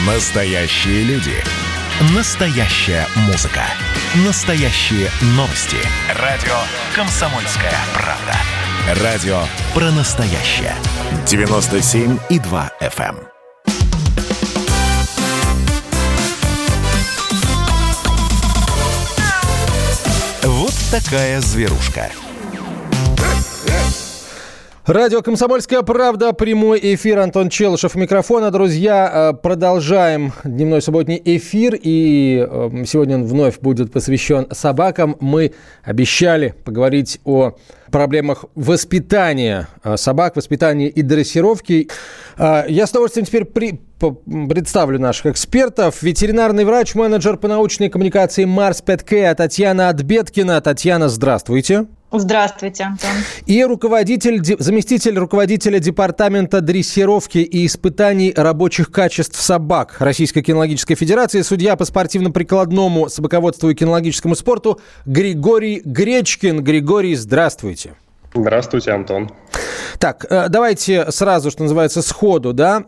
Настоящие люди. Настоящая музыка. Настоящие новости. Радио «Комсомольская правда». Радио про настоящее. 97,2 FM. Вот такая зверушка. Радио «Комсомольская правда», прямой эфир, Антон Челышев у микрофона. Друзья, продолжаем дневной субботний эфир, и сегодня он вновь будет посвящен собакам. Мы обещали поговорить о проблемах воспитания собак, воспитания и дрессировки. Я с удовольствием теперь представлю наших экспертов. Ветеринарный врач, менеджер по научной коммуникации Mars Pet Care Татьяна Отбеткина. Татьяна, здравствуйте. Здравствуйте, Антон. И заместитель руководителя департамента дрессировки и испытаний рабочих качеств собак Российской кинологической федерации, судья по спортивно-прикладному собаководству и кинологическому спорту Григорий Гречкин. Григорий, здравствуйте. Здравствуйте, Антон. Так, давайте сразу, что называется, сходу,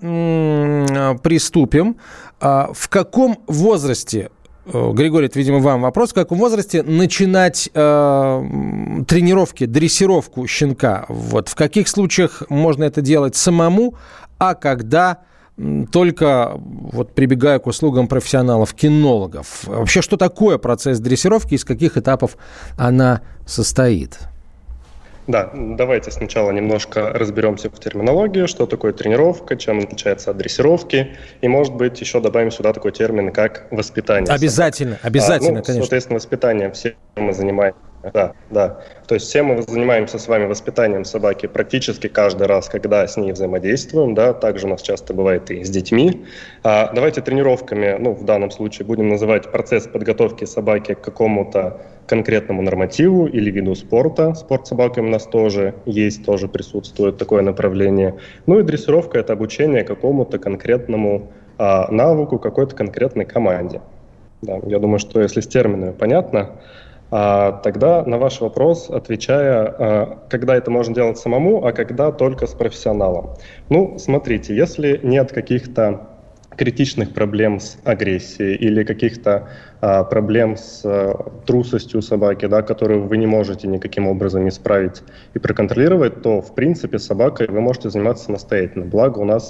приступим. В каком возрасте, Григорий, это, видимо, вам вопрос, в каком возрасте начинать тренировки, дрессировку щенка? Вот в каких случаях можно это делать самому, а когда только прибегая к услугам профессионалов-кинологов? Вообще, что такое процесс дрессировки, из каких этапов она состоит? Да, давайте сначала немножко разберемся в терминологии, что такое тренировка, чем отличается от дрессировки, и, может быть, еще добавим сюда такой термин, как воспитание. Обязательно, конечно. Соответственно, воспитанием все мы занимаемся. Да. То есть все мы занимаемся с вами воспитанием собаки практически каждый раз, когда с ней взаимодействуем, да, также у нас часто бывает и с детьми. Давайте тренировками, в данном случае будем называть процесс подготовки собаки к какому-то конкретному нормативу или виду спорта. Спорт с собаками у нас тоже есть, тоже присутствует такое направление. И дрессировка – это обучение какому-то конкретному навыку, какой-то конкретной команде. Да, я думаю, что если с терминами понятно, тогда на ваш вопрос, отвечая, когда это можно делать самому, а когда только с профессионалом. Смотрите, если нет каких-то критичных проблем с агрессией или каких-то проблем с трусостью собаки, которые вы не можете никаким образом исправить и проконтролировать, то, в принципе, с собакой вы можете заниматься самостоятельно. Благо у нас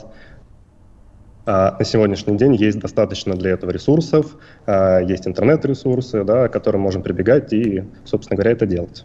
на сегодняшний день есть достаточно для этого ресурсов, есть интернет-ресурсы, к которым можем прибегать и, собственно говоря, это делать.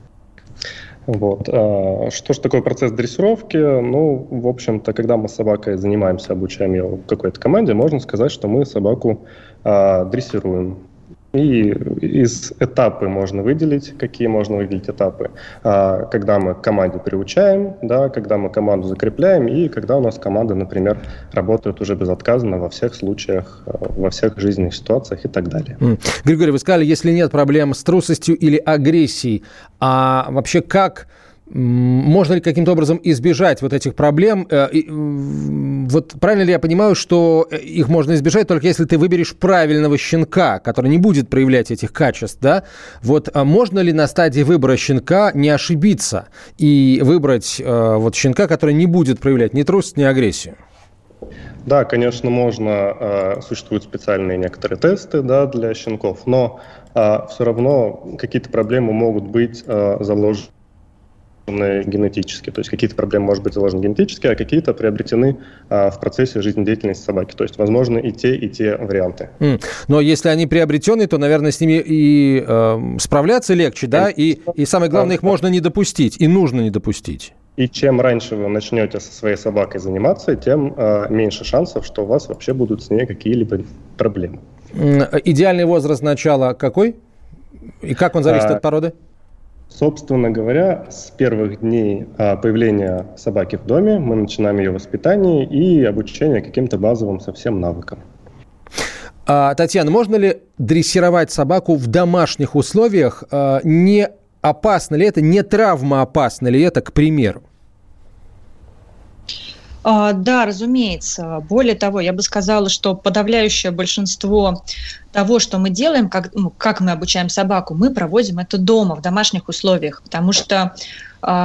Что же такое процесс дрессировки? В общем-то, когда мы с собакой занимаемся, обучаем ее какой-то команде, можно сказать, что мы собаку дрессируем. И из этапы можно выделить. Какие можно выделить этапы? Когда мы к команде приучаем, когда мы команду закрепляем, и когда у нас команда, например, работает уже безотказно во всех случаях, во всех жизненных ситуациях и так далее. Григорий, вы сказали, если нет проблем с трусостью или агрессией, а вообще можно ли каким-то образом избежать этих проблем? Правильно ли я понимаю, что их можно избежать только если ты выберешь правильного щенка, который не будет проявлять этих качеств, да? Можно ли на стадии выбора щенка не ошибиться и выбрать щенка, который не будет проявлять ни трусость, ни агрессию? Да, конечно, можно. Существуют специальные некоторые тесты для щенков, но все равно какие-то проблемы могут быть заложены генетически. То есть какие-то проблемы, может быть, заложены генетически, а какие-то приобретены в процессе жизнедеятельности собаки. То есть, возможно, и те варианты. Но если они приобретенные, то, наверное, с ними и справляться легче, да? И самое главное, их можно не допустить, и нужно не допустить. И чем раньше вы начнете со своей собакой заниматься, тем меньше шансов, что у вас вообще будут с ней какие-либо проблемы. Идеальный возраст начала какой? И как он зависит от породы? Собственно говоря, с первых дней появления собаки в доме мы начинаем ее воспитание и обучение каким-то базовым совсем навыкам. Татьяна, можно ли дрессировать собаку в домашних условиях? Не опасно ли это, не травмоопасно ли это, к примеру? Да, разумеется. Более того, я бы сказала, что подавляющее большинство того, что мы делаем, как мы обучаем собаку, мы проводим это дома, в домашних условиях, потому что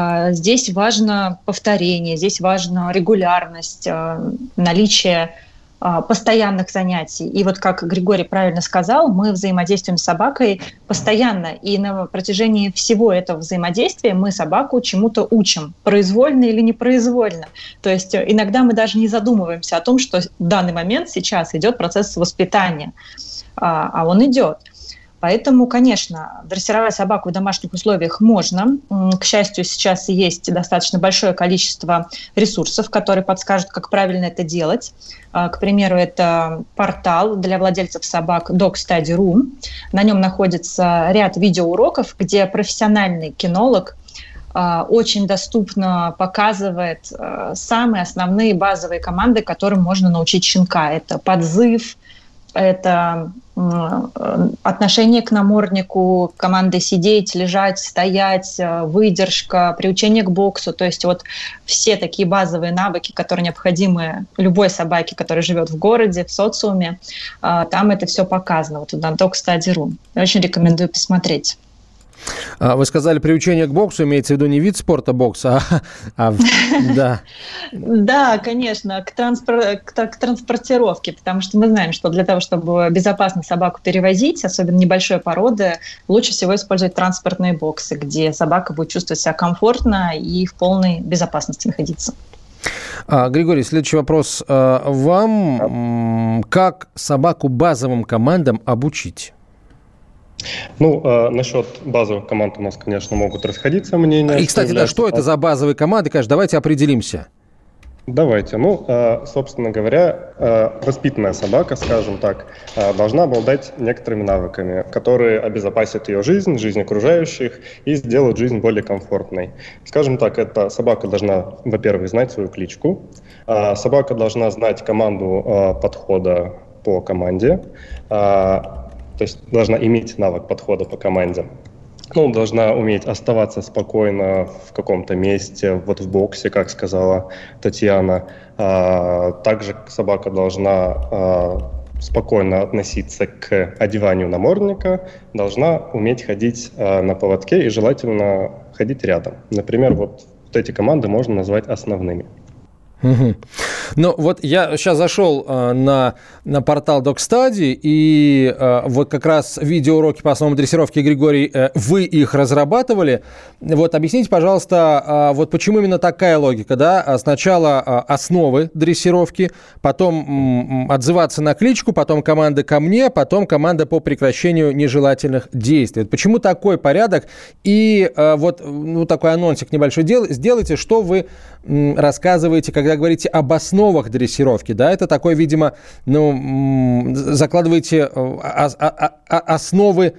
здесь важно повторение, здесь важна регулярность, наличие постоянных занятий. И вот как Григорий правильно сказал, мы взаимодействуем с собакой постоянно. И на протяжении всего этого взаимодействия мы собаку чему-то учим, произвольно или непроизвольно. То есть иногда мы даже не задумываемся о том, что в данный момент сейчас идет процесс воспитания, а он идет. Поэтому, конечно, дрессировать собаку в домашних условиях можно. К счастью, сейчас есть достаточно большое количество ресурсов, которые подскажут, как правильно это делать. К примеру, это портал для владельцев собак DogStudy.ru. На нем находится ряд видеоуроков, где профессиональный кинолог очень доступно показывает самые основные базовые команды, которым можно научить щенка. Это подзыв, это отношение к наморднику, команды сидеть, лежать, стоять, выдержка, приучение к боксу. То есть вот все такие базовые навыки, которые необходимы любой собаке, которая живет в городе, в социуме, там это все показано. Вот на DogStudy.ru. Очень рекомендую посмотреть. Вы сказали приучение к боксу, имеется в виду не вид спорта бокса, да. Да, конечно, к транспортировке, потому что мы знаем, что для того, чтобы безопасно собаку перевозить, особенно небольшой породы, лучше всего использовать транспортные боксы, где собака будет чувствовать себя комфортно и в полной безопасности находиться. Григорий, следующий вопрос вам. Как собаку базовым командам обучить? Насчет базовых команд у нас, конечно, могут расходиться мнения. И, кстати, что это за базовые команды? Конечно, давайте определимся. Давайте. Собственно говоря, воспитанная собака, скажем так, должна обладать некоторыми навыками, которые обезопасят ее жизнь окружающих и сделают жизнь более комфортной. Скажем так, эта собака должна, во-первых, знать свою кличку, собака должна знать команду подхода по команде, то есть должна иметь навык подхода по команде. Должна уметь оставаться спокойно в каком-то месте, вот в боксе, как сказала Татьяна. Также собака должна спокойно относиться к одеванию намордника, должна уметь ходить на поводке и желательно ходить рядом. Например, вот эти команды можно назвать основными. Угу. Я сейчас зашел на портал DogStudy, и вот как раз видеоуроки по основам дрессировки, Григорий, вы их разрабатывали. Вот объясните, пожалуйста, вот почему именно такая логика, да? Сначала основы дрессировки, потом отзываться на кличку, потом команда ко мне, потом команда по прекращению нежелательных действий. Вот почему такой порядок? И такой анонсик небольшой сделайте, что вы рассказываете, когда говорите об основах дрессировки, да, это такой, видимо, закладываете основы,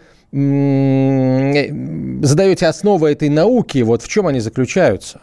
задаете основы этой науки, вот в чем они заключаются?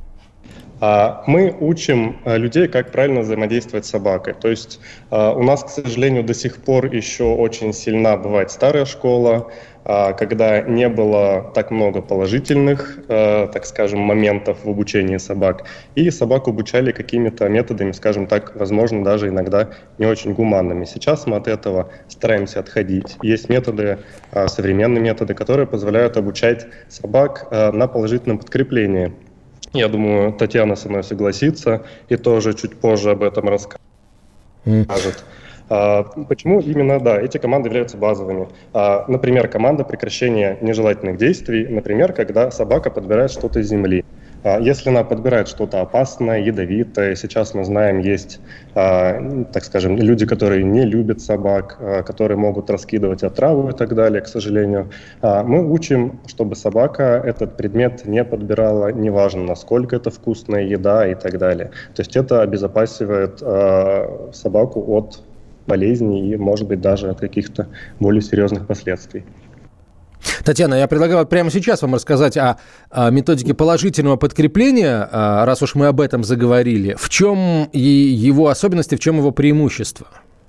Мы учим людей, как правильно взаимодействовать с собакой. То есть у нас, к сожалению, до сих пор еще очень сильна бывает старая школа, когда не было так много положительных, так скажем, моментов в обучении собак. И собак обучали какими-то методами, скажем так, возможно, даже иногда не очень гуманными. Сейчас мы от этого стараемся отходить. Есть методы, современные методы, которые позволяют обучать собак на положительном подкреплении. Я думаю, Татьяна со мной согласится и тоже чуть позже об этом расскажет. Почему именно, эти команды являются базовыми? Например, команда прекращения нежелательных действий, например, когда собака подбирает что-то с земли. Если она подбирает что-то опасное, ядовитое, сейчас мы знаем, есть, так скажем, люди, которые не любят собак, которые могут раскидывать отраву и так далее, к сожалению. Мы учим, чтобы собака этот предмет не подбирала, неважно, насколько это вкусная еда и так далее. То есть это обезопасивает собаку от болезней и, может быть, даже от каких-то более серьезных последствий. Татьяна, я предлагаю прямо сейчас вам рассказать о методике положительного подкрепления, раз уж мы об этом заговорили. В чем его особенности, в чем его преимущество?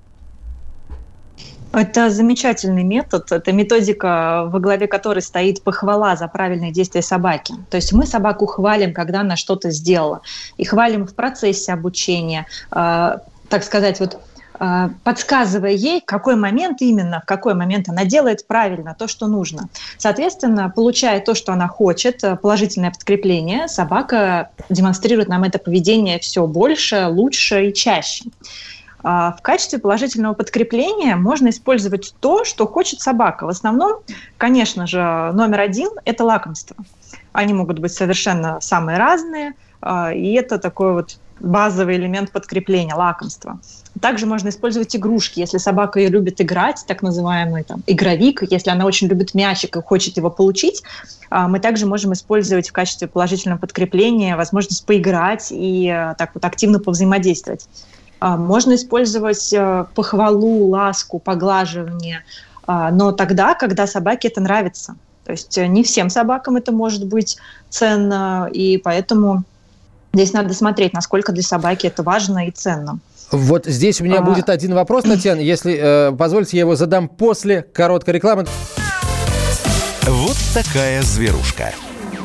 Это замечательный метод. Это методика, во главе которой стоит похвала за правильные действия собаки. То есть мы собаку хвалим, когда она что-то сделала. И хвалим в процессе обучения, так сказать, подсказывая ей, в какой момент она делает правильно то, что нужно. Соответственно, получая то, что она хочет, положительное подкрепление, собака демонстрирует нам это поведение все больше, лучше и чаще. В качестве положительного подкрепления можно использовать то, что хочет собака. В основном, конечно же, номер один – это лакомство. Они могут быть совершенно самые разные, и это такой вот базовый элемент подкрепления – лакомство. Также можно использовать игрушки. Если собака ее любит играть, так называемый игровик, если она очень любит мячик и хочет его получить, мы также можем использовать в качестве положительного подкрепления возможность поиграть и так вот активно повзаимодействовать. Можно использовать похвалу, ласку, поглаживание, но тогда, когда собаке это нравится. То есть не всем собакам это может быть ценно, и поэтому здесь надо смотреть, насколько для собаки это важно и ценно. Вот здесь у меня будет один вопрос, Татьяна. Если позволите, я его задам после короткой рекламы. Вот такая зверушка.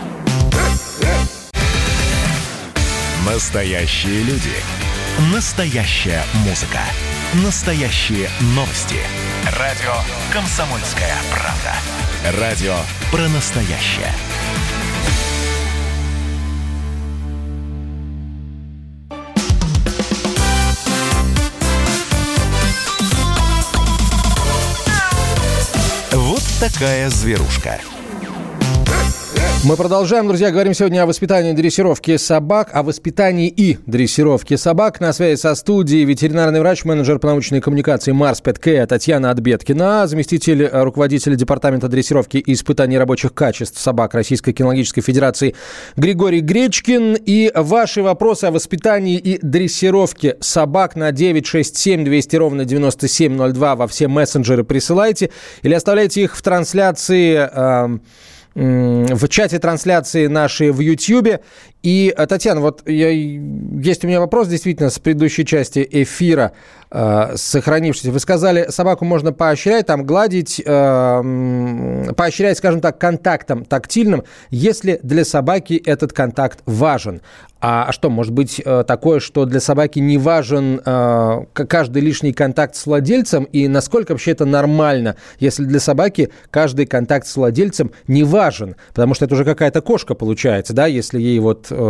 Настоящие люди. Настоящая музыка. Настоящие новости. Радио «Комсомольская правда». Радио про настоящее. Вот такая зверушка. Мы продолжаем, друзья. Говорим сегодня о воспитании и дрессировке собак, о воспитании и дрессировке собак. На связи со студией ветеринарный врач, менеджер по научной коммуникации Mars Pet Care Татьяна Отбеткина, заместитель руководителя департамента дрессировки и испытаний рабочих качеств собак Российской кинологической федерации Григорий Гречкин. И ваши вопросы о воспитании и дрессировке собак на 967 200 ровно 9702 во все мессенджеры присылайте или оставляйте их в трансляции в чате трансляции нашей в YouTube. И, Татьяна, вот есть у меня вопрос действительно с предыдущей части эфира, сохранившийся. Вы сказали, собаку можно поощрять, гладить, поощрять, скажем так, контактом тактильным, если для собаки этот контакт важен. А что, может быть такое, что для собаки не важен каждый лишний контакт с владельцем? И насколько вообще это нормально, если для собаки каждый контакт с владельцем не важен? Потому что это уже какая-то кошка получается, да, если ей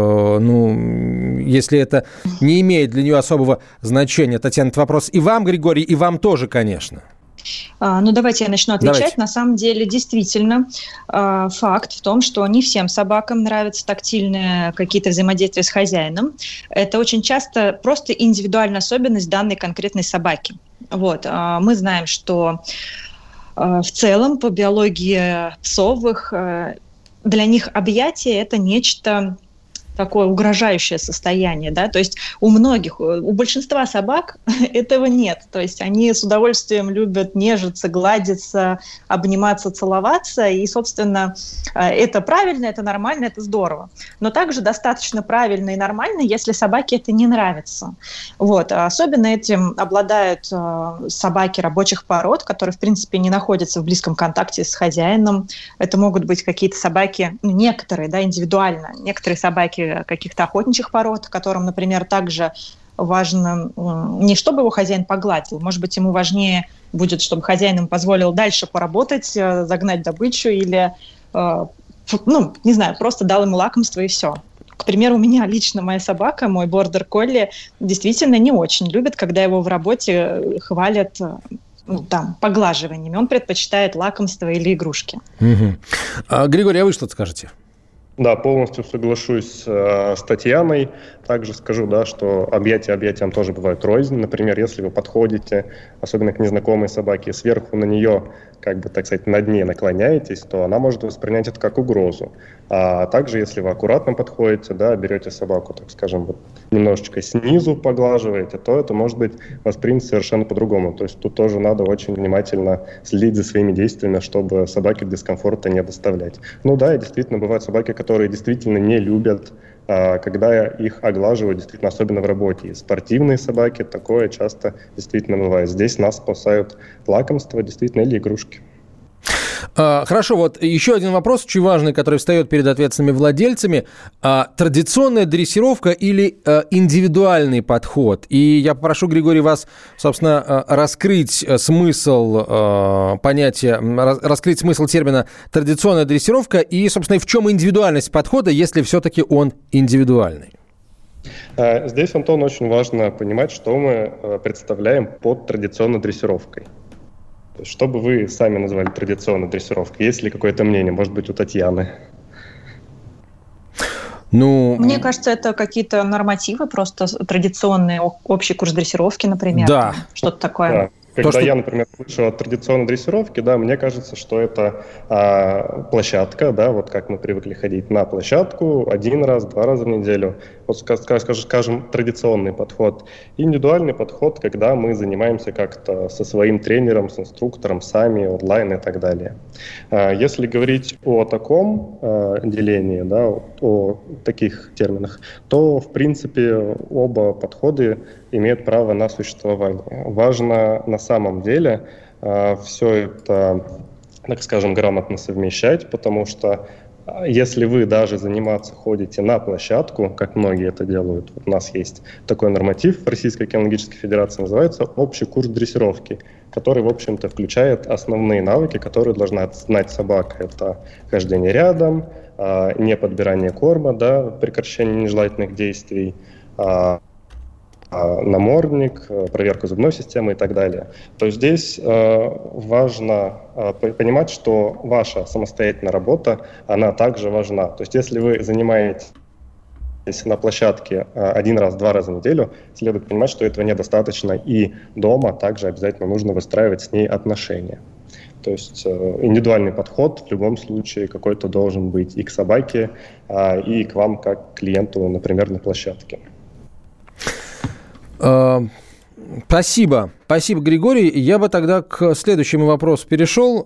если это не имеет для нее особого значения. Татьяна, это вопрос и вам, Григорий, и вам тоже, конечно. Давайте я начну отвечать. Давайте. На самом деле, действительно, факт в том, что не всем собакам нравятся тактильные какие-то взаимодействия с хозяином. Это очень часто просто индивидуальная особенность данной конкретной собаки. Мы знаем, что в целом по биологии псовых для них объятие – это нечто такое угрожающее состояние, да, то есть у большинства собак этого нет, то есть они с удовольствием любят нежиться, гладиться, обниматься, целоваться, и, собственно, это правильно, это нормально, это здорово. Но также достаточно правильно и нормально, если собаке это не нравится. Особенно этим обладают собаки рабочих пород, которые, в принципе, не находятся в близком контакте с хозяином. Это могут быть какие-то собаки, некоторые, да, индивидуально, некоторые собаки каких-то охотничьих пород, которым, например, также важно не чтобы его хозяин погладил, может быть, ему важнее будет, чтобы хозяин им позволил дальше поработать, загнать добычу или, не знаю, просто дал ему лакомство и все. К примеру, у меня лично моя собака, мой бордер-колли, действительно не очень любит, когда его в работе хвалят поглаживаниями. Он предпочитает лакомство или игрушки. Угу. Григорий, а вы что-то скажете? Да, полностью соглашусь с Татьяной. Также скажу, да, что объятиям тоже бывают рознь. Например, если вы подходите, особенно к незнакомой собаке, сверху на нее, так сказать, на дне наклоняетесь, то она может воспринять это как угрозу. А также, если вы аккуратно подходите, да, берете собаку, так скажем, немножечко снизу поглаживаете, то это может быть воспринято совершенно по-другому. То есть тут тоже надо очень внимательно следить за своими действиями, чтобы собаке дискомфорта не доставлять. И действительно, бывают собаки, которые действительно не любят, когда их оглаживают, действительно, особенно в работе. И спортивные собаки, такое часто действительно бывает. Здесь нас спасают лакомства, действительно, или игрушки. Хорошо, еще один вопрос, очень важный, который встает перед ответственными владельцами. Традиционная дрессировка или индивидуальный подход? И я попрошу, Григорий, вас, собственно, раскрыть смысл понятия, раскрыть смысл термина традиционная дрессировка и, собственно, в чем индивидуальность подхода, если все-таки он индивидуальный? Здесь, Антон, очень важно понимать, что мы представляем под традиционной дрессировкой. То есть, что бы вы сами назвали традиционной дрессировкой? Есть ли какое-то мнение, может быть, у Татьяны? Мне кажется, это какие-то нормативы, просто традиционные, общий курс дрессировки, например. Да. Что-то такое. Да. Когда я, например, слышу о традиционной дрессировке, да, мне кажется, что это площадка, да, вот как мы привыкли ходить на площадку 1 раз, 2 раза в неделю. Вот, скажем, традиционный подход. Индивидуальный подход, когда мы занимаемся как-то со своим тренером, с инструктором, сами, онлайн и так далее. Если говорить о таком делении, да, о таких терминах, то, в принципе, оба подхода имеют право на существование. Важно на самом деле все это, так скажем, грамотно совмещать, потому что если вы даже заниматься ходите на площадку, как многие это делают, вот у нас есть такой норматив в Российской кинологической федерации, называется общий курс дрессировки, который, в общем-то, включает основные навыки, которые должна знать собака. Это хождение рядом, неподбирание корма, да, прекращение нежелательных действий, намордник, проверку зубной системы и так далее. То есть здесь важно понимать, что ваша самостоятельная работа, она также важна. То есть если вы занимаетесь на площадке 1 раз, 2 раза в неделю, следует понимать, что этого недостаточно, и дома также обязательно нужно выстраивать с ней отношения. То есть индивидуальный подход в любом случае какой-то должен быть и к собаке, и к вам как к клиенту, например, на площадке. Спасибо. Спасибо, Григорий. Я бы тогда к следующему вопросу перешел,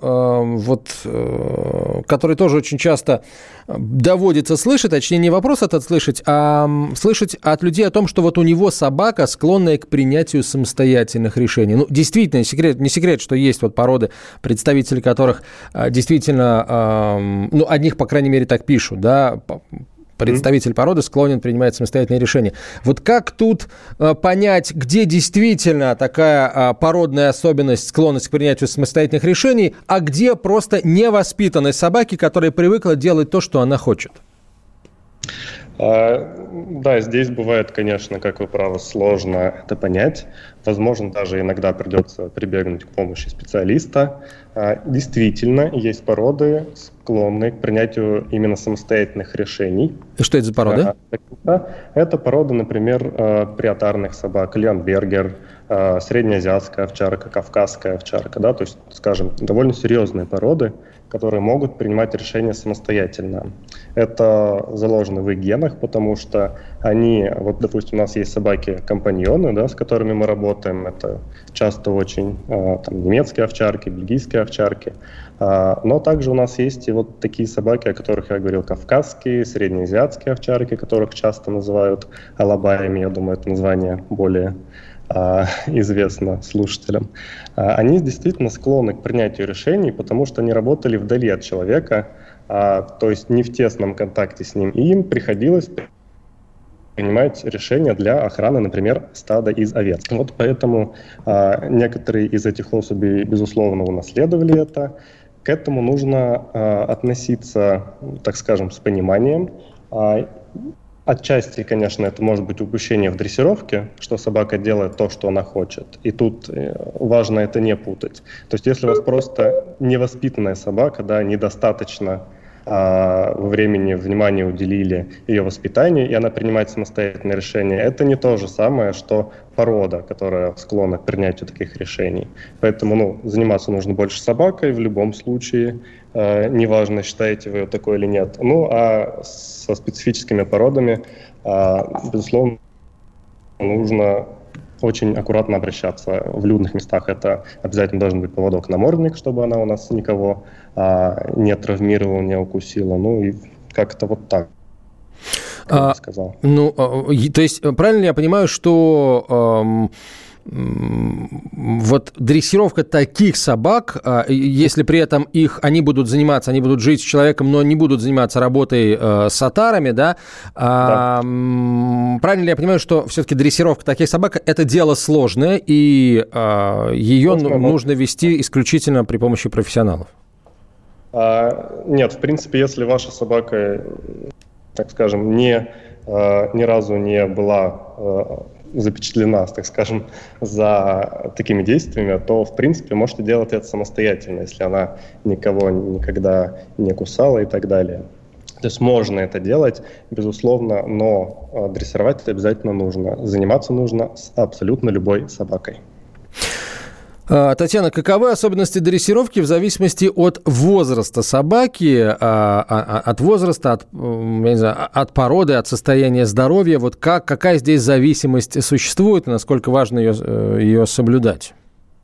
который тоже очень часто доводится слышать, точнее, не вопрос этот слышать, а слышать от людей о том, что вот у него собака, склонная к принятию самостоятельных решений. Ну, действительно, не секрет, что есть вот породы, представители которых действительно, одних, по крайней мере, так пишут, да, представитель породы склонен принимать самостоятельные решения. Вот как тут понять, где действительно такая породная особенность, склонность к принятию самостоятельных решений, а где просто невоспитанность собаки, которая привыкла делать то, что она хочет? Да, здесь бывает, конечно, как вы правы, сложно это понять. Возможно, даже иногда придется прибегнуть к помощи специалиста. Действительно, есть породы, склонные к принятию именно самостоятельных решений. И что это за породы? Это породы, например, приотарных собак, леонбергер, среднеазиатская овчарка, кавказская овчарка. Да? То есть, скажем, довольно серьезные породы, которые могут принимать решения самостоятельно. Это заложено в их генах, потому что они, вот, допустим, у нас есть собаки-компаньоны, да, с которыми мы работаем, это часто очень немецкие овчарки, бельгийские овчарки, но также у нас есть и вот такие собаки, о которых я говорил, кавказские, среднеазиатские овчарки, которых часто называют алабаями, я думаю, это название более известно слушателям. Они действительно склонны к принятию решений, потому что они работали вдали от человека, то есть не в тесном контакте с ним, и им приходилось принимать решения для охраны, например, стада из овец. Вот поэтому некоторые из этих особей, безусловно, унаследовали это. К этому нужно относиться, так скажем, с пониманием. Отчасти, конечно, это может быть упущение в дрессировке, что собака делает то, что она хочет. И тут важно это не путать. То есть если у вас просто невоспитанная собака, да, недостаточно во времени внимания уделили ее воспитанию, и она принимает самостоятельные решения, это не то же самое, что порода, которая склонна к принятию таких решений. Поэтому заниматься нужно больше собакой в любом случае, неважно, считаете вы ее такой или нет. А со специфическими породами, безусловно, нужно очень аккуратно обращаться. В людных местах это обязательно должен быть поводок-намордник, чтобы она у нас никого не травмировала, не укусила. И как-то вот так. Я сказал. То есть, правильно ли я понимаю, что вот дрессировка таких собак, если при этом они будут жить с человеком, но не будут заниматься работой с отарами, да? Правильно ли я понимаю, что все-таки дрессировка таких собак – это дело сложное, и ее нужно вести исключительно при помощи профессионалов? Нет, в принципе, если ваша собака, так скажем, не ни разу не была запечатлена, так скажем, за такими действиями, то, в принципе, можете делать это самостоятельно, если она никого никогда не кусала и так далее. То есть можно это делать, безусловно, но дрессировать это обязательно нужно. Заниматься нужно с абсолютно любой собакой. Татьяна, каковы особенности дрессировки в зависимости от возраста собаки, от возраста, от породы, от состояния здоровья? Вот какая здесь зависимость существует и насколько важно ее соблюдать?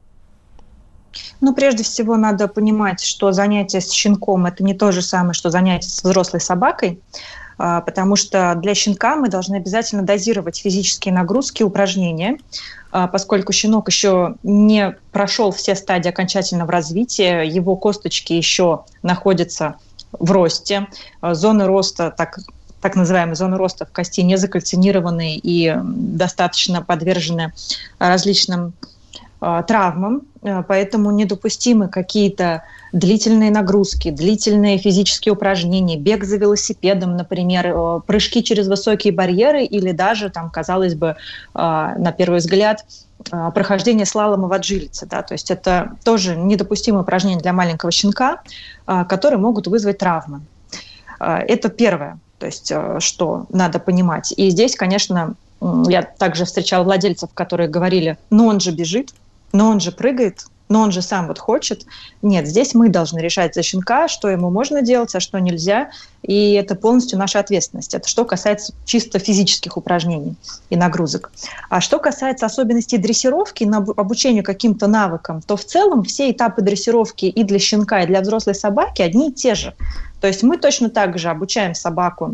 Ну, прежде всего, надо понимать, что занятие с щенком – это не то же самое, что занятие с взрослой собакой, потому что для щенка мы должны обязательно дозировать физические нагрузки, упражнения, поскольку щенок еще не прошел все стадии окончательного развития, его косточки еще находятся в росте, зоны роста, так называемые зоны роста в кости не закальцинированы и достаточно подвержены различным травмам, поэтому недопустимы какие-то длительные нагрузки, длительные физические упражнения, бег за велосипедом, например, прыжки через высокие барьеры или даже, там, казалось бы, на первый взгляд, прохождение слалома в аджилите. Да? То есть это тоже недопустимые упражнения для маленького щенка, которые могут вызвать травмы. Это первое, то есть что надо понимать. И здесь, конечно, я также встречала владельцев, которые говорили, ну он же бежит, но он же прыгает, но он же сам вот хочет. Нет, здесь мы должны решать за щенка, что ему можно делать, а что нельзя. И это полностью наша ответственность. Это что касается чисто физических упражнений и нагрузок. А что касается особенностей дрессировки, обучению каким-то навыкам, то в целом все этапы дрессировки и для щенка, и для взрослой собаки одни и те же. То есть мы точно так же обучаем собаку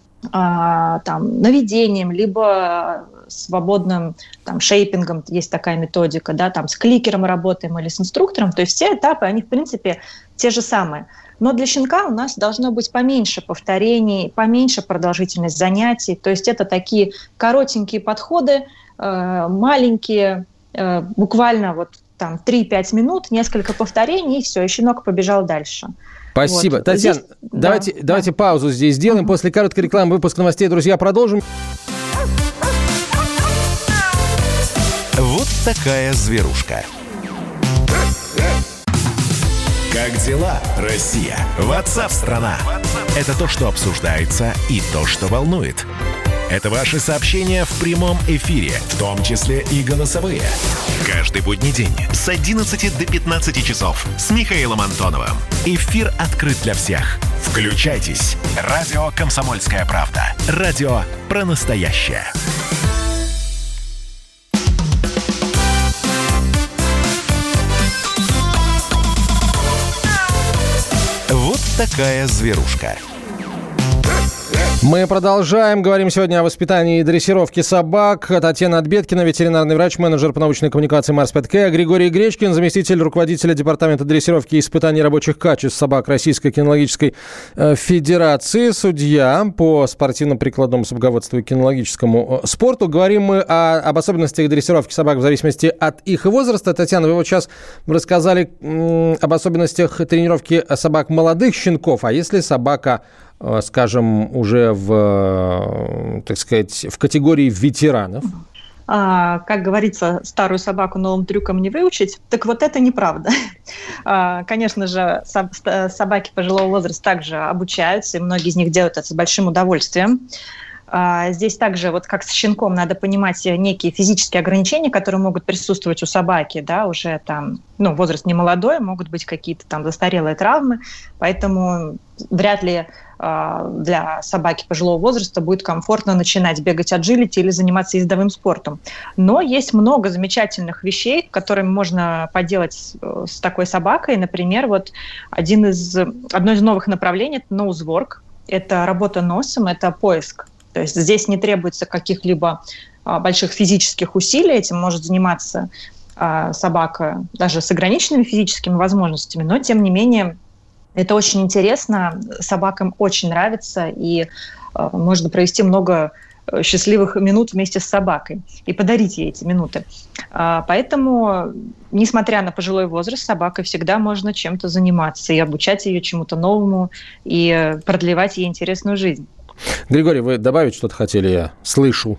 наведением, либо свободным шейпингом, есть такая методика, да, с кликером работаем или с инструктором, то есть все этапы, они в принципе те же самые. Но для щенка у нас должно быть поменьше повторений, поменьше продолжительность занятий, то есть это такие коротенькие подходы, маленькие, буквально 3-5 минут, несколько повторений, и все, и щенок побежал дальше. Спасибо. Вот. Татьяна, здесь... давайте паузу здесь сделаем. После короткой рекламы, выпуск новостей, друзья, продолжим. Вот такая зверушка. Как дела, Россия? WhatsApp-страна. Это то, что обсуждается, и то, что волнует. Это ваши сообщения в прямом эфире, в том числе и голосовые. Каждый будний день с 11 до 15 часов с Михаилом Антоновым. Эфир открыт для всех. Включайтесь. Радио «Комсомольская правда». Радио про настоящее. Вот такая зверушка. Мы продолжаем. Говорим сегодня о воспитании и дрессировке собак. Татьяна Отбеткина, ветеринарный врач, менеджер по научной коммуникации Марс Пэт. Григорий Гречкин, заместитель руководителя департамента дрессировки и испытаний рабочих качеств собак Российской кинологической федерации, судья по спортивно-прикладному собаководству и кинологическому спорту. Говорим мы об особенностях дрессировки собак в зависимости от их возраста. Татьяна, вы вот сейчас рассказали об особенностях тренировки собак молодых щенков. А если собака, скажем, уже в категории ветеранов? Как говорится, старую собаку новым трюкам не выучить. Так вот это неправда. Конечно же, собаки пожилого возраста также обучаются, и многие из них делают это с большим удовольствием. Здесь также, как с щенком, надо понимать некие физические ограничения, которые могут присутствовать у собаки, да, уже возраст не молодой, могут быть какие-то застарелые травмы, поэтому вряд ли для собаки пожилого возраста будет комфортно начинать бегать аджилити или заниматься ездовым спортом. Но есть много замечательных вещей, которые можно поделать с такой собакой. Например, одно из новых направлений – это nosework. Это работа носом, это поиск. То есть здесь не требуется каких-либо больших физических усилий, этим может заниматься собака даже с ограниченными физическими возможностями, но тем не менее это очень интересно, собакам очень нравится, и можно провести много счастливых минут вместе с собакой и подарить ей эти минуты. Поэтому, несмотря на пожилой возраст, с собакой всегда можно чем-то заниматься и обучать ее чему-то новому, и продлевать ей интересную жизнь. Григорий, вы добавить что-то хотели, я слышу.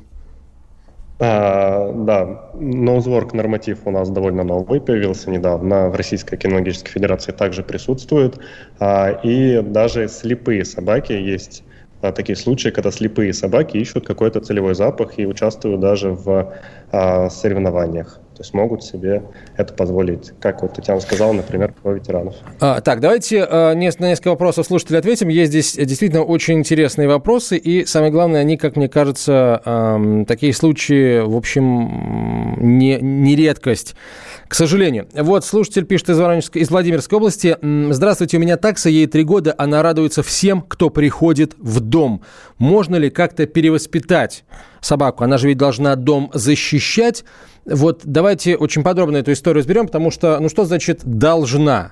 Да, ноузворк норматив у нас довольно новый, появился недавно, в Российской кинологической федерации также присутствует, и даже слепые собаки есть такие случаи, когда слепые собаки ищут какой-то целевой запах и участвуют даже в соревнованиях. То есть могут себе это позволить, как вот Татьяна сказала, например, про ветеранов. Так, давайте на несколько вопросов слушателей ответим. Есть здесь действительно очень интересные вопросы, и самое главное, они, как мне кажется, такие случаи, в общем, не редкость. К сожалению. Вот слушатель пишет из Владимирской области. Здравствуйте, у меня такса, ей 3 года, она радуется всем, кто приходит в дом. Можно ли как-то перевоспитать собаку? Она же ведь должна дом защищать. Вот давайте очень подробно эту историю разберем, потому что, что значит должна?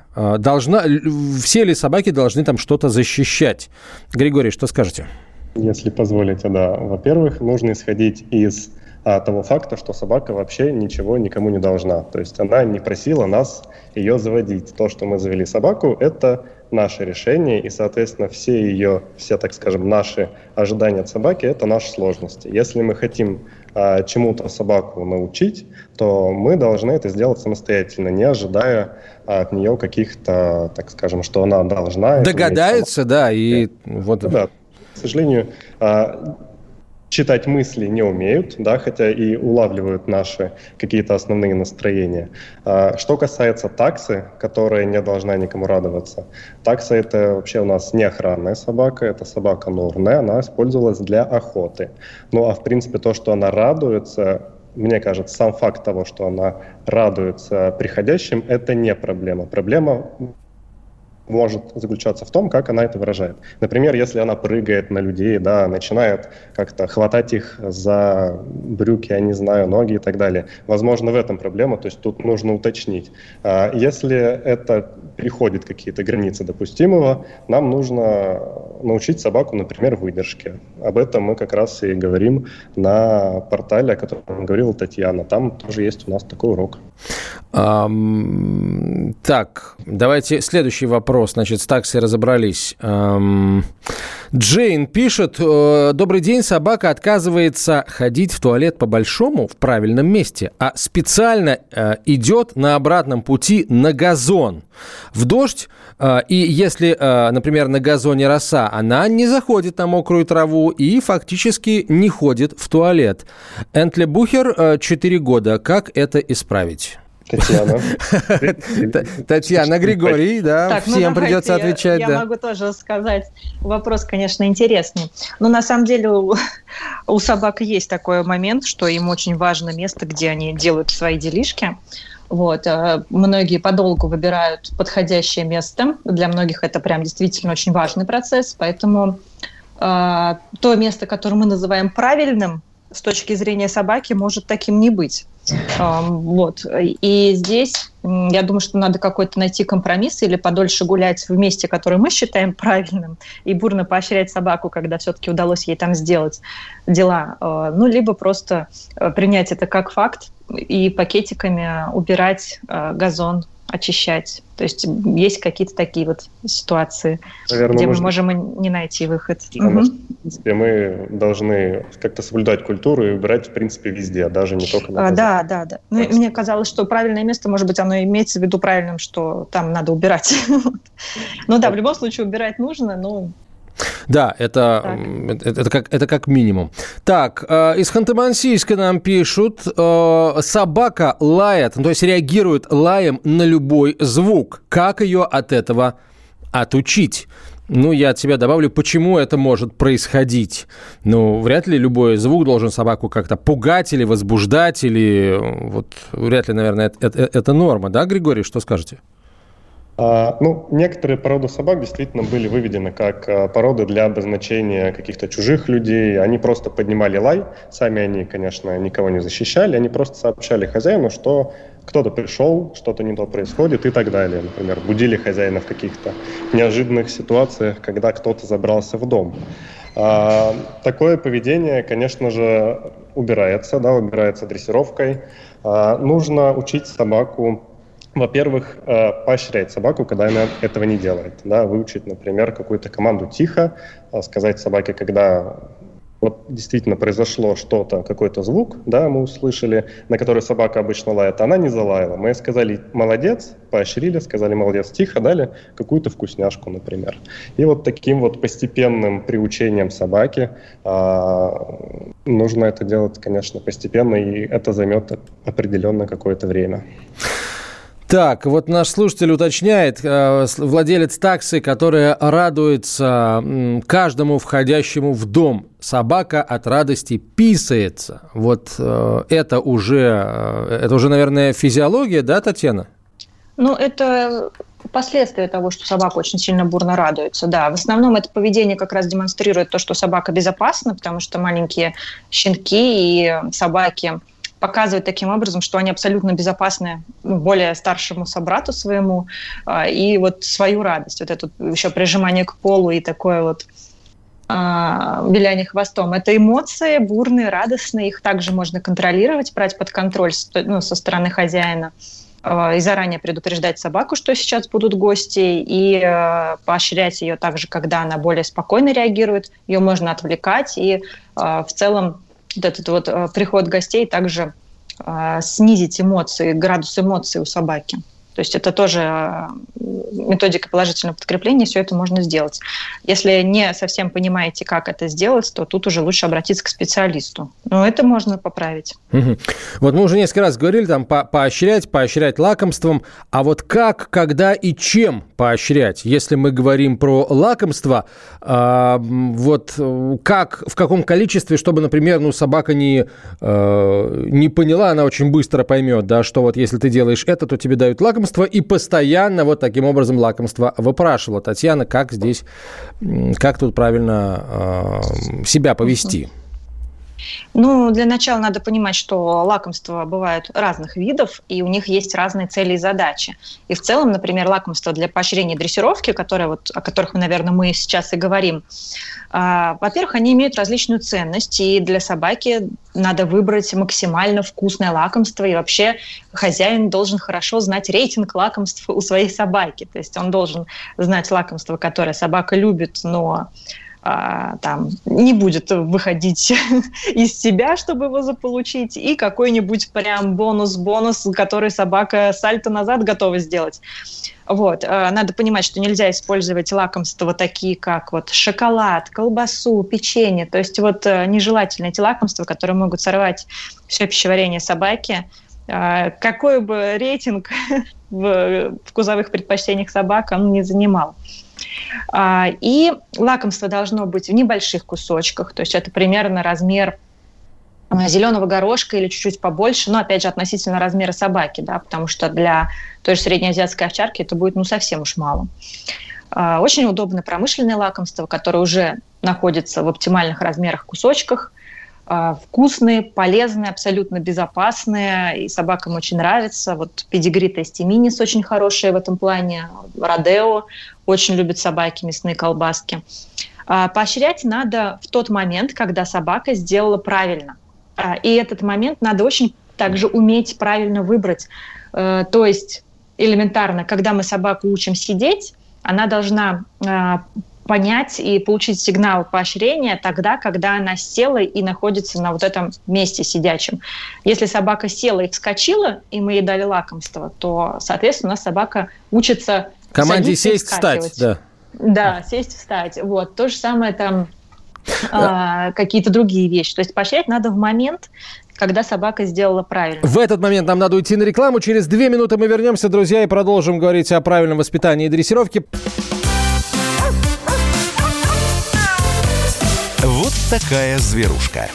Все ли собаки должны там что-то защищать? Григорий, что скажете? Если позволите, да. Во-первых, нужно исходить из того факта, что собака вообще ничего никому не должна. То есть она не просила нас ее заводить. То, что мы завели собаку, это наше решение, и, соответственно, все, так скажем, наши ожидания от собаки – это наши сложности. Если мы хотим чему-то собаку научить, то мы должны это сделать самостоятельно, не ожидая от нее каких-то, так скажем, что она должна… Догадается, да, и вот… Да, к сожалению, читать мысли не умеют, да, хотя и улавливают наши какие-то основные настроения. Что касается таксы, которая не должна никому радоваться, такса – это вообще у нас не охранная собака, это собака норная, она использовалась для охоты. Ну а в принципе то, что она радуется, мне кажется, сам факт того, что она радуется приходящим, это не проблема. Проблема может заключаться в том, как она это выражает. Например, если она прыгает на людей, да, начинает как-то хватать их за брюки, я не знаю, ноги и так далее. Возможно, в этом проблема, то есть тут нужно уточнить. Если это переходит какие-то границы допустимого, нам нужно научить собаку, например, выдержке. Об этом мы как раз и говорим на портале, о котором говорила Татьяна. Там тоже есть у нас такой урок. Так, давайте следующий вопрос. Значит, с таксой разобрались. Джейн пишет: добрый день, собака отказывается ходить в туалет по-большому в правильном месте, а специально идет на обратном пути на газон. В дождь, и если, например, на газоне роса, она не заходит на мокрую траву и фактически не ходит в туалет. Энтле Бухер, 4 года. Как это исправить? Татьяна, Григорий, да, так, всем придется отвечать. Я могу тоже сказать. Вопрос, конечно, интересный. Но на самом деле у собак есть такой момент, что им очень важно место, где они делают свои делишки. Вот. Многие подолгу выбирают подходящее место. Для многих это прям действительно очень важный процесс. Поэтому то место, которое мы называем правильным, с точки зрения собаки, может таким не быть. Вот. И здесь, я думаю, что надо какой-то найти компромисс или подольше гулять в месте, которое мы считаем правильным, и бурно поощрять собаку, когда все-таки удалось ей там сделать дела. Ну, либо просто принять это как факт и пакетиками убирать газон, очищать. То есть есть какие-то такие вот ситуации, наверное, где мы можем не найти выход. В принципе, мы должны как-то соблюдать культуру и убирать, в принципе, везде, даже не только на газоне. Да. Ну, мне казалось, что правильное место, может быть, оно имеется в виду правильным, что там надо убирать. Ну да, в любом случае убирать нужно, но... Да, это как минимум. Так, из Ханты-Мансийска нам пишут: собака лает, то есть реагирует лаем на любой звук. Как ее от этого отучить? Ну, я от себя добавлю, почему это может происходить. Ну, вряд ли любой звук должен собаку как-то пугать или возбуждать, или вот вряд ли, наверное, это норма. Да, Григорий, что скажете? Некоторые породы собак действительно были выведены как породы для обозначения каких-то чужих людей. Они просто поднимали лай. Сами они, конечно, никого не защищали. Они просто сообщали хозяину, что кто-то пришел, что-то не то происходит и так далее. Например, будили хозяина в каких-то неожиданных ситуациях, когда кто-то забрался в дом. Такое поведение, конечно же, убирается дрессировкой. Нужно учить собаку во-первых, поощрять собаку, когда она этого не делает. Да, выучить, например, какую-то команду «тихо», сказать собаке, когда вот действительно произошло что-то, какой-то звук, да, мы услышали, на который собака обычно лает, она не залаяла. Мы сказали «молодец», поощрили, сказали «молодец», тихо, дали какую-то вкусняшку, например. И вот таким вот постепенным приучением собаки нужно это делать, конечно, постепенно, и это займет определенно какое-то время. Так, вот наш слушатель уточняет, владелец таксы, которая радуется каждому входящему в дом. Собака от радости писается. Вот это уже, наверное, физиология, да, Татьяна? Ну, это последствия того, что собака очень сильно бурно радуется. Да, в основном это поведение как раз демонстрирует то, что собака безопасна, потому что маленькие щенки и собаки показывают таким образом, что они абсолютно безопасны более старшему собрату своему, и вот свою радость, вот это еще прижимание к полу и такое вот виляние хвостом. Это эмоции бурные, радостные, их также можно контролировать, брать под контроль со стороны хозяина и заранее предупреждать собаку, что сейчас будут гости, и поощрять ее также, когда она более спокойно реагирует, ее можно отвлекать, и в целом вот этот вот приход гостей также снизить эмоции, градус эмоций у собаки. То есть это тоже методика положительного подкрепления, все это можно сделать. Если не совсем понимаете, как это сделать, то тут уже лучше обратиться к специалисту. Но это можно поправить. Угу. Вот мы уже несколько раз говорили, там, поощрять лакомством. А вот как, когда и чем поощрять? Если мы говорим про лакомство, вот как, в каком количестве, чтобы, например, собака не поняла, она очень быстро поймет, да, что вот если ты делаешь это, то тебе дают лакомство, и постоянно вот таким образом лакомство выпрашивала. Татьяна, как тут правильно себя повести? Ну, для начала надо понимать, что лакомства бывают разных видов, и у них есть разные цели и задачи. И в целом, например, лакомства для поощрения дрессировки, о которых, наверное, мы сейчас и говорим, во-первых, они имеют различную ценность, и для собаки надо выбрать максимально вкусное лакомство, и вообще хозяин должен хорошо знать рейтинг лакомств у своей собаки. То есть он должен знать лакомство, которое собака любит, но не будет выходить из себя, чтобы его заполучить, и какой-нибудь прям бонус, который собака сальто назад готова сделать. Вот. Надо понимать, что нельзя использовать лакомства такие, как вот шоколад, колбасу, печенье. То есть вот нежелательные эти лакомства, которые могут сорвать все пищеварение собаки. Какой бы рейтинг в вкусовых предпочтениях собак он не занимал. И лакомство должно быть в небольших кусочках, то есть это примерно размер зеленого горошка или чуть-чуть побольше, но опять же относительно размера собаки, да, потому что для той же среднеазиатской овчарки это будет совсем уж мало. Очень удобны промышленные лакомства, которые уже находятся в оптимальных размерах кусочках, вкусные, полезные, абсолютно безопасные, и собакам очень нравится. Вот педигри Tasty Minis очень хорошие в этом плане, Родео очень любят собаки мясные колбаски. Поощрять надо в тот момент, когда собака сделала правильно. И этот момент надо очень также уметь правильно выбрать. То есть элементарно, когда мы собаку учим сидеть, она должна понять и получить сигнал поощрения тогда, когда она села и находится на вот этом месте сидячем. Если собака села и вскочила, и мы ей дали лакомство, то, соответственно, у нас собака учится команде сесть, встать, да. Да, сесть, встать. Вот. То же самое там какие-то другие вещи. То есть поощрять надо в момент, когда собака сделала правильно. В этот момент нам надо уйти на рекламу. Через 2 минуты мы вернемся, друзья, и продолжим говорить о правильном воспитании и дрессировке. Вот такая зверушка.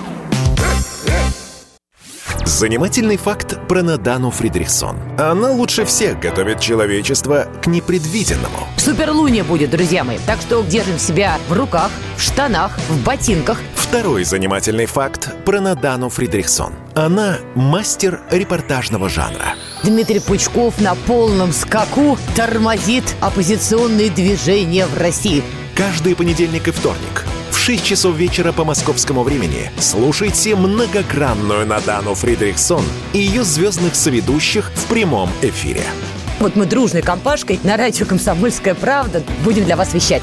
Занимательный факт про Надану Фридрихсон. Она лучше всех готовит человечество к непредвиденному. Суперлуния будет, друзья мои. Так что держим себя в руках, в штанах, в ботинках. Второй занимательный факт про Надану Фридрихсон. Она мастер репортажного жанра. Дмитрий Пучков на полном скаку тормозит оппозиционные движения в России. Каждый понедельник и вторник в 6 часов вечера по московскому времени слушайте многогранную Надану Фридрихсон и ее звездных соведущих в прямом эфире. Вот мы дружной компашкой на радио «Комсомольская правда» будем для вас вещать.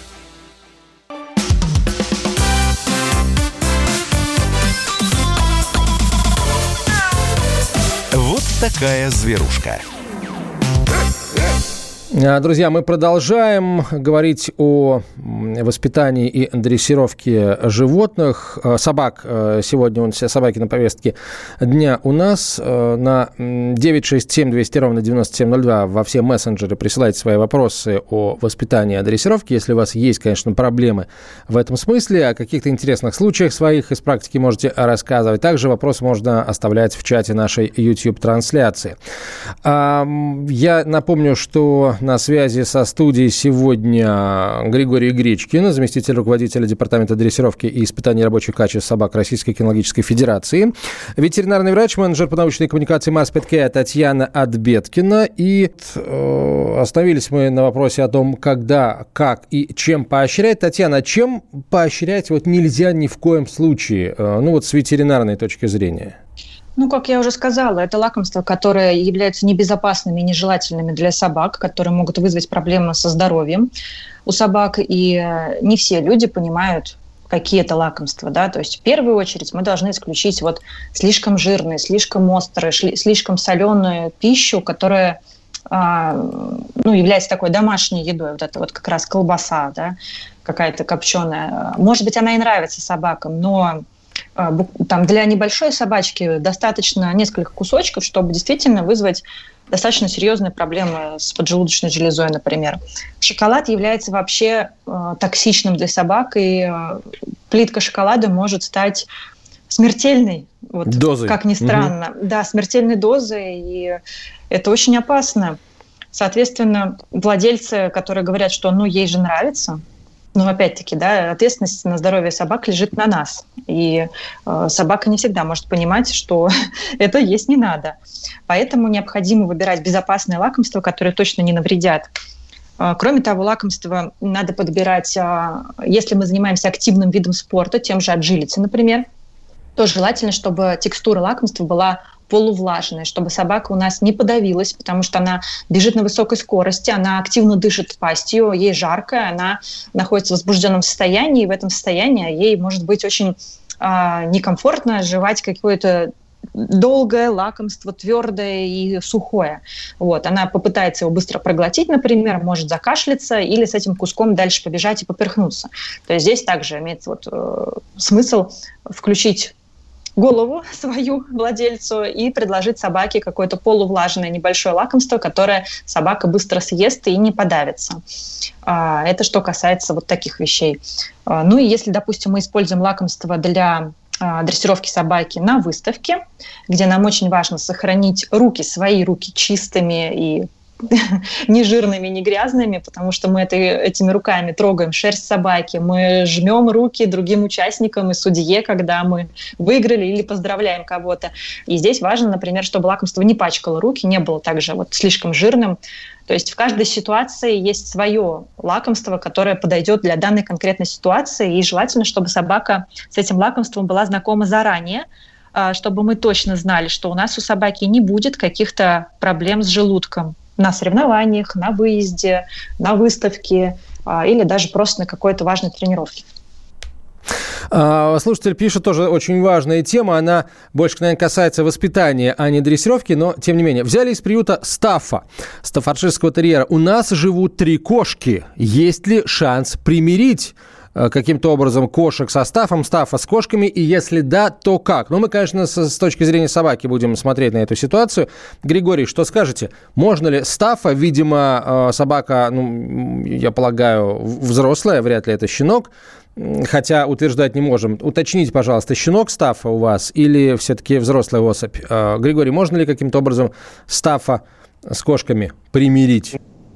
Вот такая зверушка. Друзья, мы продолжаем говорить о воспитании и дрессировке животных, собак. Сегодня все собаки на повестке дня у нас. На 967-200-97-02 во все мессенджеры присылайте свои вопросы о воспитании и дрессировке. Если у вас есть, конечно, проблемы в этом смысле, о каких-то интересных случаях своих из практики можете рассказывать. Также вопросы можно оставлять в чате нашей YouTube-трансляции. Я напомню, что на связи со студией сегодня Григорий Гречкин, заместитель руководителя Департамента дрессировки и испытаний рабочих качеств собак Российской кинологической федерации, ветеринарный врач, менеджер по научной коммуникации МАС-ПТК Татьяна Отбеткина. И остановились мы на вопросе о том, когда, как и чем поощрять. Татьяна, чем поощрять нельзя ни в коем случае, с ветеринарной точки зрения? Как я уже сказала, это лакомства, которые являются небезопасными и нежелательными для собак, которые могут вызвать проблемы со здоровьем у собак. И не все люди понимают, какие это лакомства. Да? То есть в первую очередь мы должны исключить слишком жирные, слишком острые, слишком соленую пищу, которая является такой домашней едой. Вот это как раз колбаса, да? Какая-то копченая. Может быть, она и нравится собакам, но для небольшой собачки достаточно нескольких кусочков, чтобы действительно вызвать достаточно серьезные проблемы с поджелудочной железой, например. Шоколад является вообще токсичным для собак, и плитка шоколада может стать смертельной, дозой. Как ни странно. Угу. Да, смертельной дозой, и это очень опасно. Соответственно, владельцы, которые говорят, что ей же нравится, опять-таки, ответственность на здоровье собак лежит на нас. И собака не всегда может понимать, что это есть не надо. Поэтому необходимо выбирать безопасные лакомства, которые точно не навредят. Кроме того, лакомства надо подбирать, если мы занимаемся активным видом спорта, тем же аджилити, например, то желательно, чтобы текстура лакомства была полувлажная, чтобы собака у нас не подавилась, потому что она бежит на высокой скорости, она активно дышит пастью, ей жарко, она находится в возбужденном состоянии, и в этом состоянии ей может быть очень некомфортно жевать какое-то долгое лакомство, твердое и сухое. Она попытается его быстро проглотить, например, может закашляться или с этим куском дальше побежать и поперхнуться. То есть здесь также имеет смысл включить голову свою владельцу и предложить собаке какое-то полувлажное небольшое лакомство, которое собака быстро съест и не подавится. Это что касается таких вещей. И если, допустим, мы используем лакомство для дрессировки собаки на выставке, где нам очень важно сохранить свои руки чистыми и не жирными, не грязными, потому что мы этими руками трогаем шерсть собаки, мы жмем руки другим участникам и судье, когда мы выиграли или поздравляем кого-то. И здесь важно, например, чтобы лакомство не пачкало руки, не было также слишком жирным. То есть в каждой ситуации есть свое лакомство, которое подойдет для данной конкретной ситуации, и желательно, чтобы собака с этим лакомством была знакома заранее, чтобы мы точно знали, что у нас у собаки не будет каких-то проблем с желудком на соревнованиях, на выезде, на выставке или даже просто на какой-то важной тренировке. Слушатель пишет, тоже очень важная тема, она больше, наверное, касается воспитания, а не дрессировки, но, тем не менее. Взяли из приюта Стаффа, стаффордширского терьера. У нас живут 3 кошки. Есть ли шанс примирить каким-то образом кошек со Стаффом, Стаффа с кошками, и если да, то как? Мы, конечно, с точки зрения собаки будем смотреть на эту ситуацию. Григорий, что скажете? Можно ли Стаффа, видимо, собака, я полагаю, взрослая, вряд ли это щенок, хотя утверждать не можем. Уточните, пожалуйста, щенок Стаффа у вас или все-таки взрослая особь? Григорий, можно ли каким-то образом Стаффа с кошками примирить?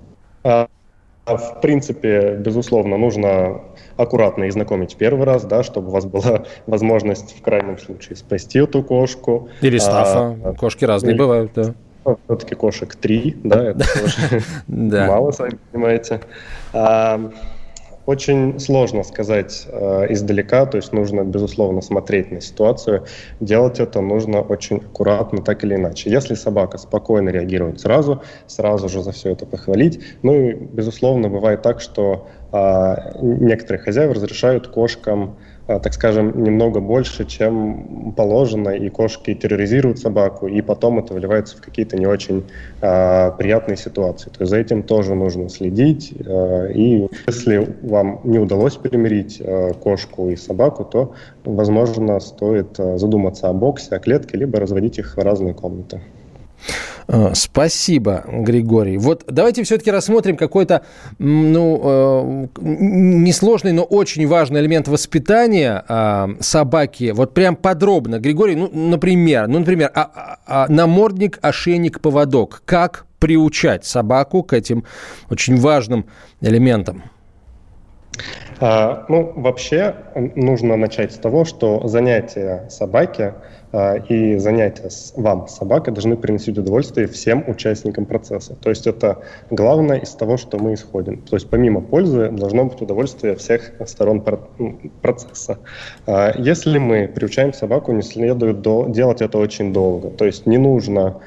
В принципе, безусловно, нужно аккуратно их знакомить первый раз, чтобы у вас была возможность в крайнем случае спасти эту кошку. Или Стаффа. Кошки разные бывают, да. Все-таки кошек 3, это тоже мало, сами понимаете. очень сложно сказать издалека, то есть нужно, безусловно, смотреть на ситуацию. Делать это нужно очень аккуратно, так или иначе. Если собака спокойно реагирует сразу же за все это похвалить. Ну и, безусловно, бывает так, что некоторые хозяева разрешают кошкам, так скажем, немного больше, чем положено, и кошки терроризируют собаку, и потом это выливается в какие-то не очень приятные ситуации. То есть за этим тоже нужно следить, и если вам не удалось примирить кошку и собаку, то, возможно, стоит задуматься о боксе, о клетке, либо разводить их в разные комнаты. Спасибо, Григорий. Вот давайте все-таки рассмотрим какой-то, несложный, но очень важный элемент воспитания собаки. Вот прям подробно. Григорий, например, намордник, ошейник, поводок. Как приучать собаку к этим очень важным элементам? Вообще нужно начать с того, что занятия собаки и занятия вам с собакой должны приносить удовольствие всем участникам процесса. То есть это главное из того, что мы исходим. То есть помимо пользы должно быть удовольствие всех сторон процесса. Если мы приучаем собаку, не следует делать это очень долго. То есть не нужно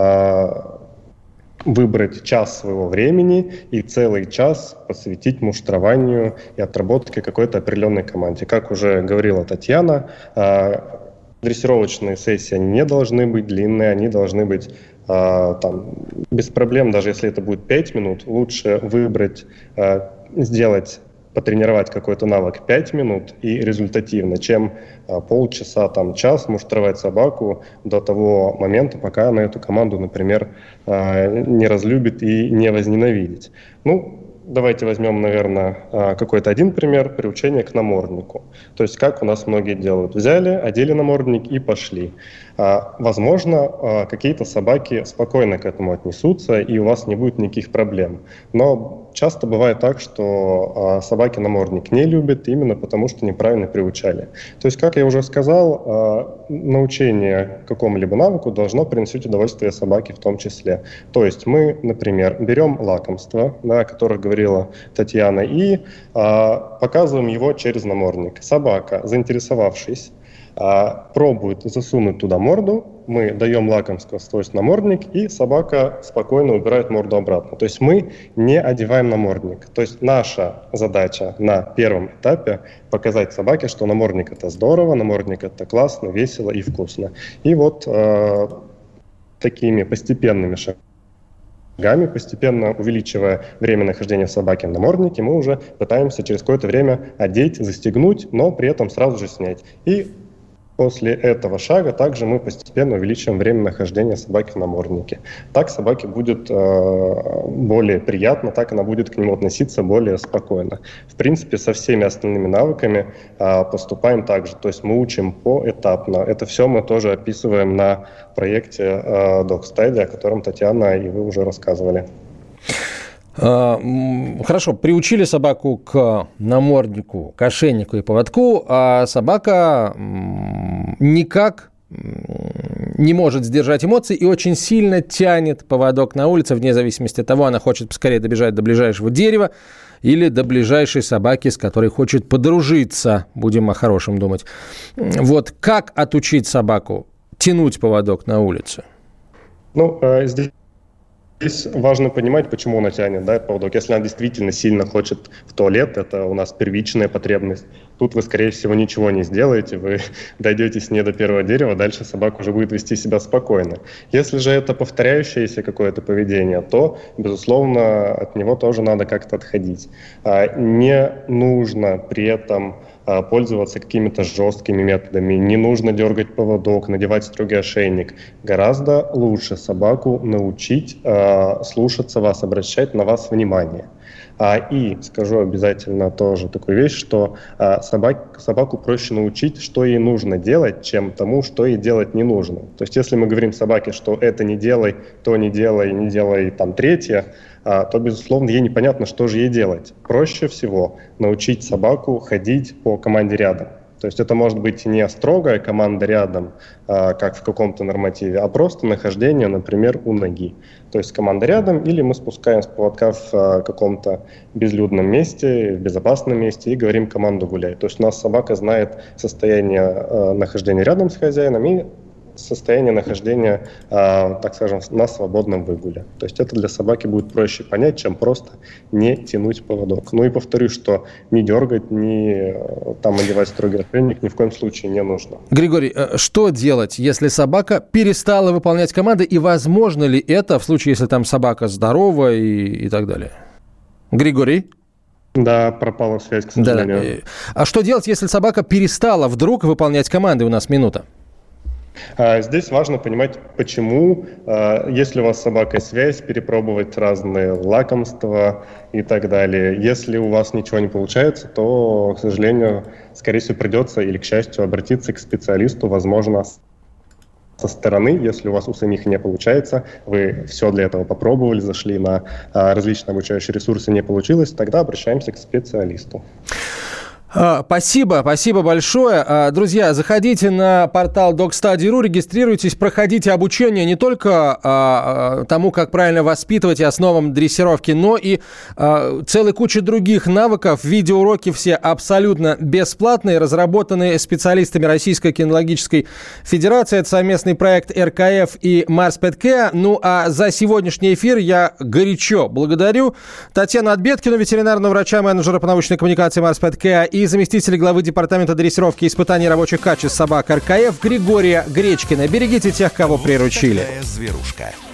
выбрать час своего времени и целый час посвятить муштрованию и отработке какой-то определенной команде. Как уже говорила Татьяна, дрессировочные сессии не должны быть длинные, они должны быть без проблем, даже если это будет 5 минут, лучше выбрать, потренировать какой-то навык 5 минут и результативно, чем полчаса, час муштровать собаку до того момента, пока она эту команду, например, не разлюбит и не возненавидит. Давайте возьмем, наверное, какой-то один пример приучения к наморднику. То есть как у нас многие делают. Взяли, одели намордник и пошли. Возможно, какие-то собаки спокойно к этому отнесутся, и у вас не будет никаких проблем. Но часто бывает так, что собаки намордник не любят именно потому, что неправильно приучали. То есть, как я уже сказал, научение какому-либо навыку должно приносить удовольствие собаке в том числе. То есть мы, например, берем лакомство, о которых говорила Татьяна, и показываем его через намордник. Собака, заинтересовавшись, пробует засунуть туда морду, мы даем лакомство, то есть намордник, и собака спокойно убирает морду обратно. То есть мы не одеваем намордник. То есть наша задача на первом этапе показать собаке, что намордник — это здорово, намордник — это классно, весело и вкусно. И вот такими постепенными шагами, постепенно увеличивая время нахождения собаки в наморднике, мы уже пытаемся через какое-то время одеть, застегнуть, но при этом сразу же снять. И после этого шага также мы постепенно увеличиваем время нахождения собаки в наморднике. Так собаке будет более приятно, так она будет к нему относиться более спокойно. В принципе, со всеми остальными навыками поступаем так же. То есть мы учим поэтапно. Это все мы тоже описываем на проекте Dog Study, о котором Татьяна и вы уже рассказывали. Хорошо, приучили собаку к наморднику, к ошейнику и поводку, а собака никак не может сдержать эмоции и очень сильно тянет поводок на улице, вне зависимости от того, она хочет поскорее добежать до ближайшего дерева или до ближайшей собаки, с которой хочет подружиться, будем о хорошем думать. Вот как отучить собаку тянуть поводок на улице? Здесь важно понимать, почему она тянет, поводок. Если она действительно сильно хочет в туалет, это у нас первичная потребность. Тут вы, скорее всего, ничего не сделаете, вы дойдете с ней до первого дерева, дальше собака уже будет вести себя спокойно. Если же это повторяющееся какое-то поведение, то, безусловно, от него тоже надо как-то отходить. Не нужно при этом пользоваться какими-то жесткими методами. Не нужно дергать поводок, надевать строгий ошейник. Гораздо лучше собаку научить слушаться вас, обращать на вас внимание. И скажу обязательно тоже такую вещь, что собаку проще научить, что ей нужно делать, чем тому, что ей делать не нужно. То есть если мы говорим собаке, что это не делай, то не делай третье, то, безусловно, ей непонятно, что же ей делать. Проще всего научить собаку ходить по команде рядом. То есть это может быть не строгая команда рядом, как в каком-то нормативе, а просто нахождение, например, у ноги. То есть команда рядом, или мы спускаем с поводка в каком-то безлюдном месте, в безопасном месте и говорим команду гуляй. То есть у нас собака знает состояние нахождения рядом с хозяином и состояние нахождения, так скажем, на свободном выгуле. То есть это для собаки будет проще понять, чем просто не тянуть поводок. Ну и повторюсь, что не дергать, не там одевать строгий ошейник ни в коем случае не нужно. Григорий, что делать, если собака перестала выполнять команды, и возможно ли это в случае, если там собака здорова и так далее? Григорий? Да, пропала связь, к сожалению. Да. А что делать, если собака перестала вдруг выполнять команды? У нас минута. Здесь важно понимать, почему, если у вас с собакой связь, перепробовать разные лакомства и так далее. Если у вас ничего не получается, то, к сожалению, скорее всего, придется или, к счастью, обратиться к специалисту, возможно, со стороны. Если у вас у самих не получается, вы все для этого попробовали, зашли на различные обучающие ресурсы, не получилось, тогда обращаемся к специалисту. Спасибо большое. Друзья, заходите на портал DogStudy.ru, регистрируйтесь, проходите обучение не только тому, как правильно воспитывать и основам дрессировки, но и целой куча других навыков. Видеоуроки все абсолютно бесплатные, разработанные специалистами Российской кинологической федерации. Это совместный проект РКФ и Mars Pet Care. Ну а за сегодняшний эфир я горячо благодарю Татьяну Отбеткину, ветеринарного врача, менеджера по научной коммуникации Mars Pet Care, и заместителя главы департамента дрессировки и испытаний рабочих качеств собак РКФ Григория Гречкина. Берегите тех, кого приручили. Зверушка.